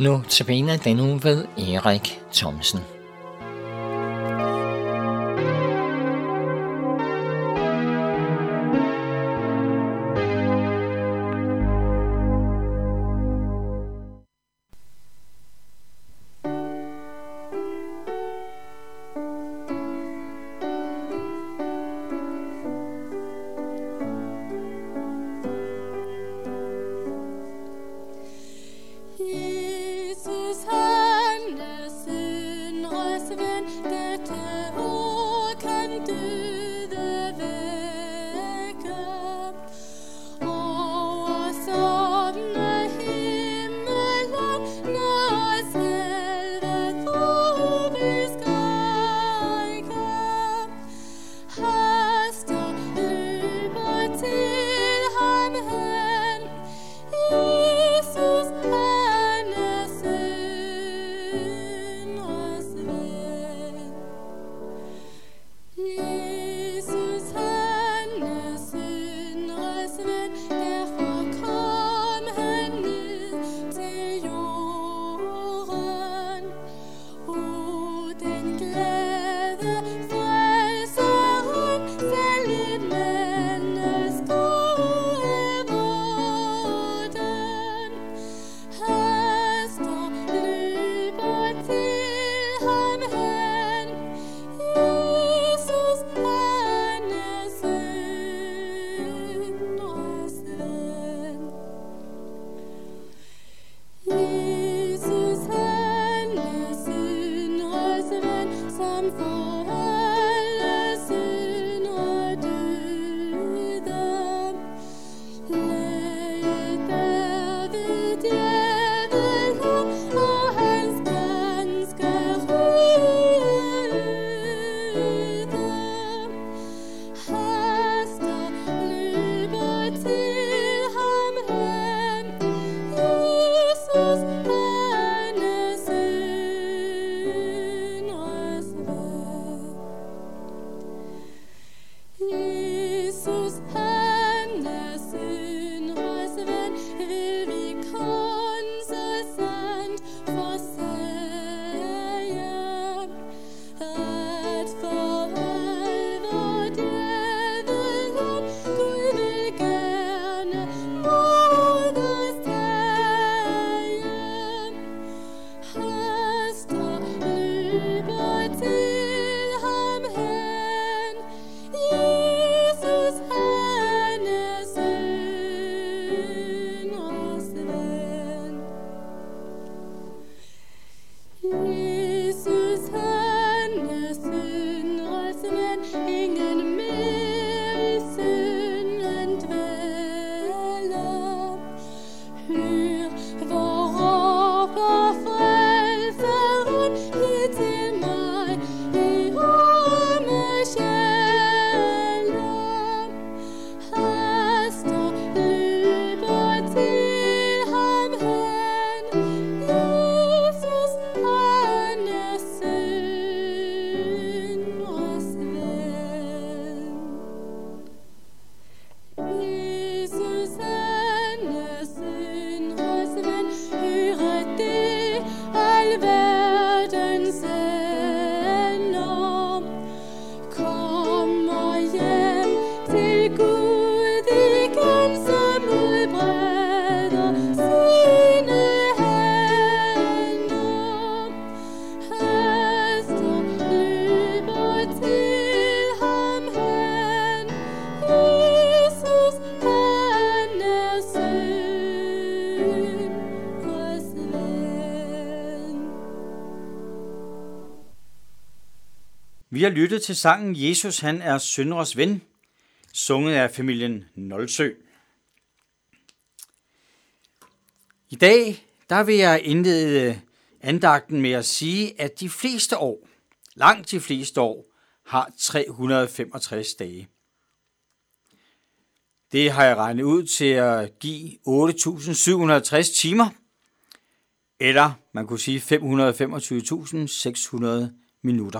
Nu tabiner den uge ved Erik Thomsen. Vi har lyttet til sangen Jesus, han er synders ven, sunget af familien Nolsø. I dag vil jeg indlede andagten med at sige, at de fleste år, langt de fleste år, har 365 dage. Det har jeg regnet ud til at give 8.760 timer, eller man kunne sige 525.600 minutter.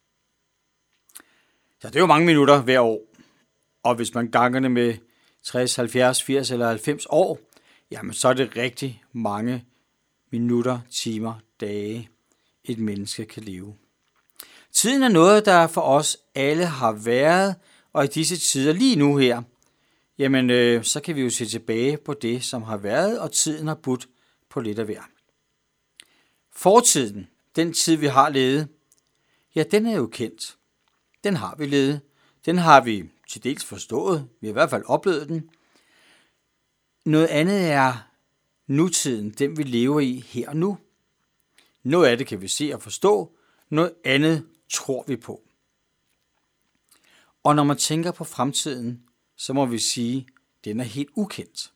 Så det er jo mange minutter hver år, og hvis man ganger det med 60, 70, 80 eller 90 år, jamen så er det rigtig mange minutter, timer, dage et menneske kan leve. Tiden er noget, der for os alle har været, og i disse tider lige nu her, jamen så kan vi jo se tilbage på det, som har været, og tiden har budt på lidt af hver. Fortiden, den tid vi har levet, ja, den er jo kendt. Den har vi levet. Den har vi til dels forstået. Vi har i hvert fald oplevet den. Noget andet er nutiden, den vi lever i her og nu. Noget af det kan vi se og forstå. Noget andet tror vi på. Og når man tænker på fremtiden, så må vi sige, at den er helt ukendt.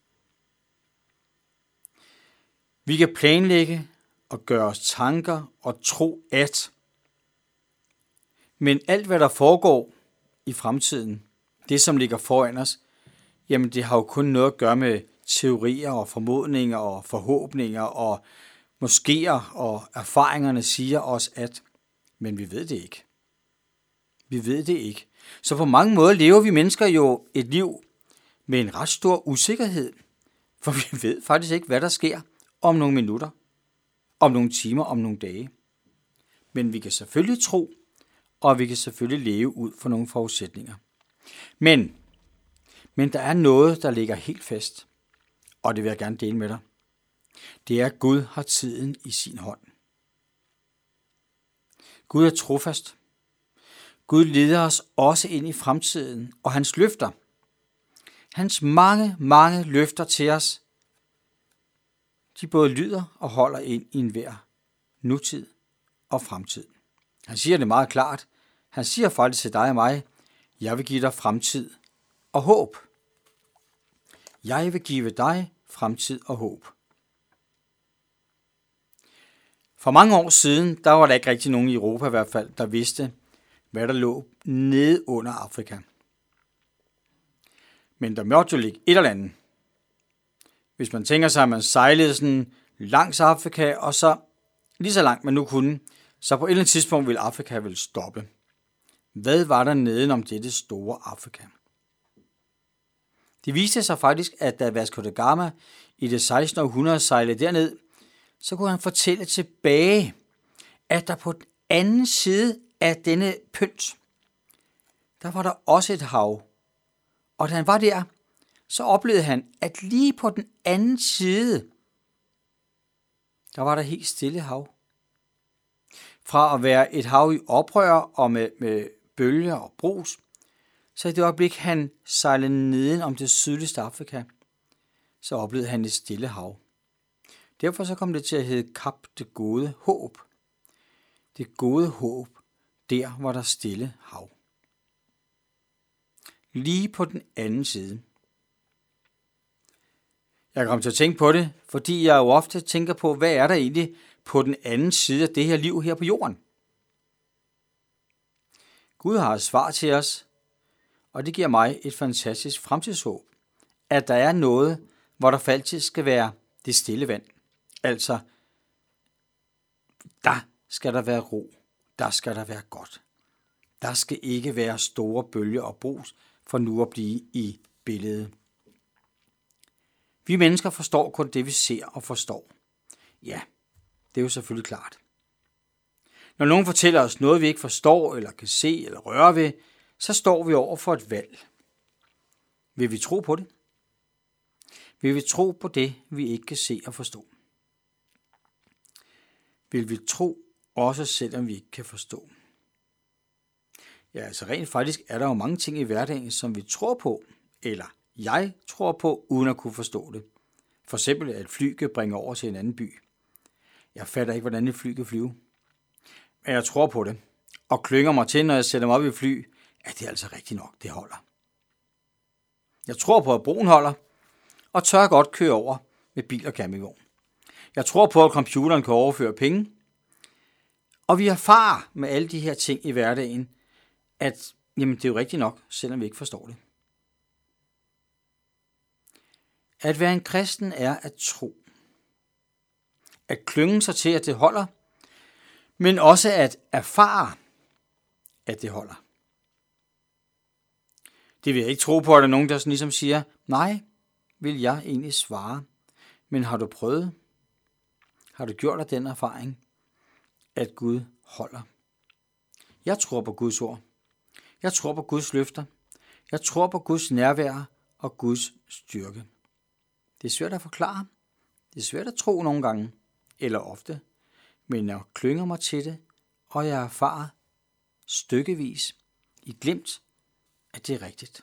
Vi kan planlægge og gøre os tanker og tro at. Men alt hvad der foregår i fremtiden, det som ligger foran os, jamen det har jo kun noget at gøre med teorier og formodninger og forhåbninger og moskéer, og erfaringerne siger os at, men vi ved det ikke. Vi ved det ikke. Så på mange måder lever vi mennesker jo et liv med en ret stor usikkerhed, for vi ved faktisk ikke, hvad der sker om nogle minutter, om nogle timer, om nogle dage. Men vi kan selvfølgelig tro, og vi kan selvfølgelig leve ud fra nogle forudsætninger. Men der er noget, der ligger helt fast, og det vil jeg gerne dele med dig. Det er, at Gud har tiden i sin hånd. Gud er trofast. Gud leder os også ind i fremtiden, og hans løfter, hans mange løfter til os, de både lyder og holder ind i enhver nutid og fremtid. Han siger det meget klart. Han siger faktisk til dig og mig, jeg vil give dig fremtid og håb. Jeg vil give dig fremtid og håb. For mange år siden, der var der ikke rigtig nogen i Europa i hvert fald, der vidste, hvad der lå nede under Afrika. Men der måtte jo ligge et eller andet. Hvis man tænker sig, at man sejlede sådan langs Afrika, og så lige så langt man nu kunne, så på et eller andet tidspunkt ville Afrika vel stoppe. Hvad var der nedenom dette store Afrika? Det viste sig faktisk, at da Vasco da Gama i det 16. århundrede sejlede derned, så kunne han fortælle tilbage, at der på den anden side af denne pynt, der var der også et hav. Og da han var der, så oplevede han, at lige på den anden side, der var der helt stille hav. Fra at være et hav i oprør og med bølger og brus, så i det øjeblik, han sejlede neden om det sydligste Afrika, så oplevede han et stille hav. Derfor så kom det til at hedde Kap det gode håb. Det gode håb, der var der stille hav. Lige på den anden side. Jeg kom til at tænke på det, fordi jeg jo ofte tænker på, hvad er der egentlig på den anden side af det her liv her på jorden? Gud har et svar til os, og det giver mig et fantastisk fremtidshåb, at der er noget, hvor der faktisk skal være det stille vand. Altså, der skal der være ro, der skal der være godt. Der skal ikke være store bølger og brus for nu at blive i billedet. Vi mennesker forstår kun det, vi ser og forstår. Ja, det er jo selvfølgelig klart. Når nogen fortæller os noget, vi ikke forstår, eller kan se eller røre ved, så står vi over for et valg. Vil vi tro på det? Vil vi tro på det, vi ikke kan se og forstå? Vil vi tro, også selvom vi ikke kan forstå? Ja, altså rent faktisk er der jo mange ting i hverdagen, som vi tror på, eller jeg tror på, uden at kunne forstå det. For eksempel, at et fly kan bringe over til en anden by. Jeg fatter ikke, hvordan et fly kan flyve. Men jeg tror på det, og klynger mig til, når jeg sætter mig op i fly, at det er altså rigtigt nok, det holder. Jeg tror på, at broen holder, og tør godt køre over med bil og campingvogn. Jeg tror på, at computeren kan overføre penge, og vi erfarer med alle de her ting i hverdagen, at jamen, det er jo rigtigt nok, selvom vi ikke forstår det. At være en kristen er at tro. At klynge sig til, at det holder, men også at erfare, at det holder. Det vil jeg ikke tro på, at der er nogen, der sådan ligesom siger, nej, vil jeg egentlig svare, men har du prøvet? Har du gjort dig den erfaring, at Gud holder? Jeg tror på Guds ord. Jeg tror på Guds løfter. Jeg tror på Guds nærvær og Guds styrke. Det er svært at forklare. Det er svært at tro nogle gange, eller ofte. Men jeg klynger mig til det, og jeg erfarer stykkevis i glimt, at det er rigtigt.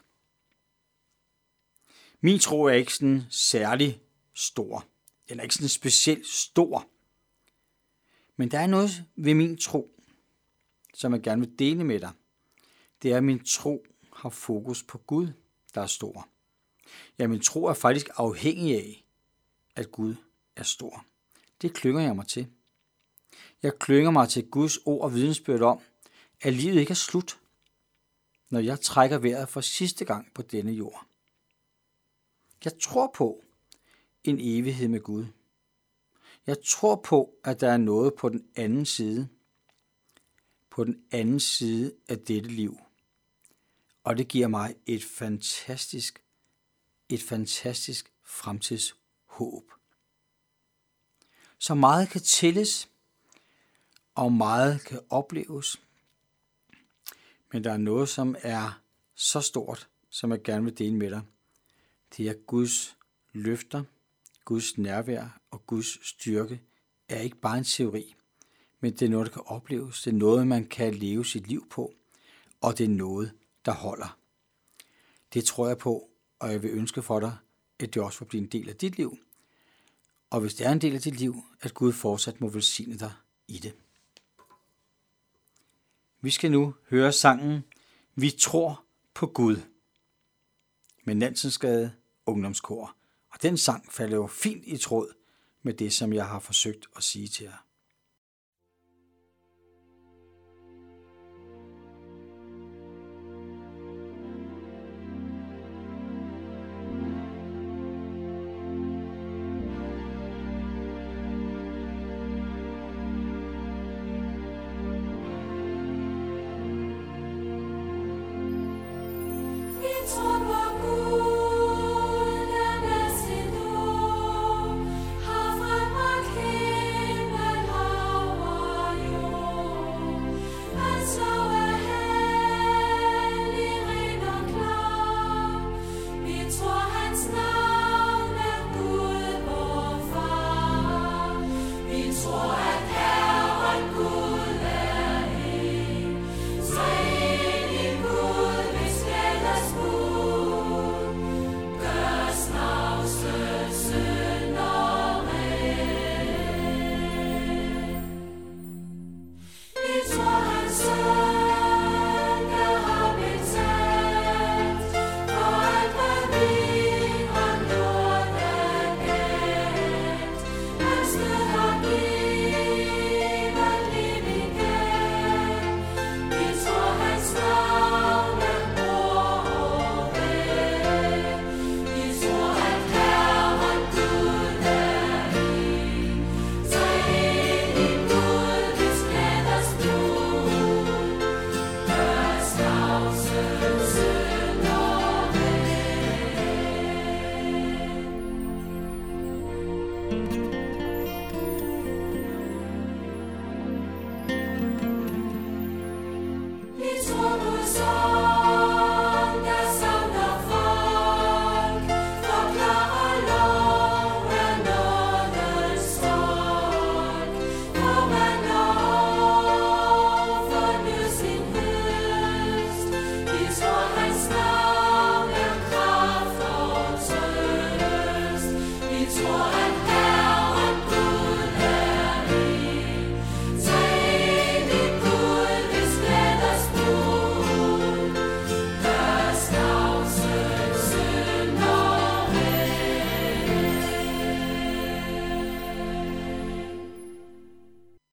Min tro er ikke sådan særlig stor. Den er ikke sådan specielt stor. Men der er noget ved min tro, som jeg gerne vil dele med dig. Det er, at min tro har fokus på Gud, der er stor. Ja, min tro er faktisk afhængig af, at Gud er stor. Det klynger jeg mig til. Jeg klynger mig til Guds ord og vidensbyrd om, at livet ikke er slut, når jeg trækker vejret for sidste gang på denne jord. Jeg tror på en evighed med Gud. Jeg tror på, at der er noget på den anden side. På den anden side af dette liv. Og det giver mig et fantastisk fremtidshåb. Så meget kan tælles, og meget kan opleves. Men der er noget, som er så stort, som jeg gerne vil dele med dig. Det er Guds løfter, Guds nærvær og Guds styrke er ikke bare en teori, men det er noget, der kan opleves. Det er noget, man kan leve sit liv på, og det er noget, der holder. Det tror jeg på, og jeg vil ønske for dig, at det også vil blive en del af dit liv. Og hvis det er en del af dit liv, at Gud fortsat må velsigne dig i det. Vi skal nu høre sangen Vi tror på Gud med Nansensgade Ungdomskor. Og den sang falder jo fint i tråd med det, som jeg har forsøgt at sige til jer. It's